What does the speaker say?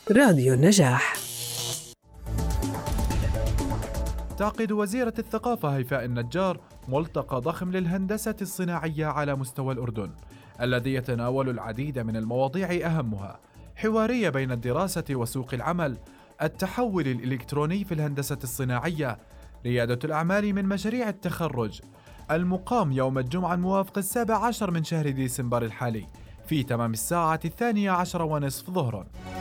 راديو النجاح. تعقد وزيرة الثقافة هيفاء النجار ملتقى ضخم للهندسة الصناعية على مستوى الأردن، الذي يتناول العديد من المواضيع أهمها حوارية بين الدراسة وسوق العمل، التحول الإلكتروني في الهندسة الصناعية، ريادة الأعمال من مشاريع التخرج، المقام يوم الجمعة الموافق 17 من شهر ديسمبر الحالي في تمام الساعة 12:30 ظهراً.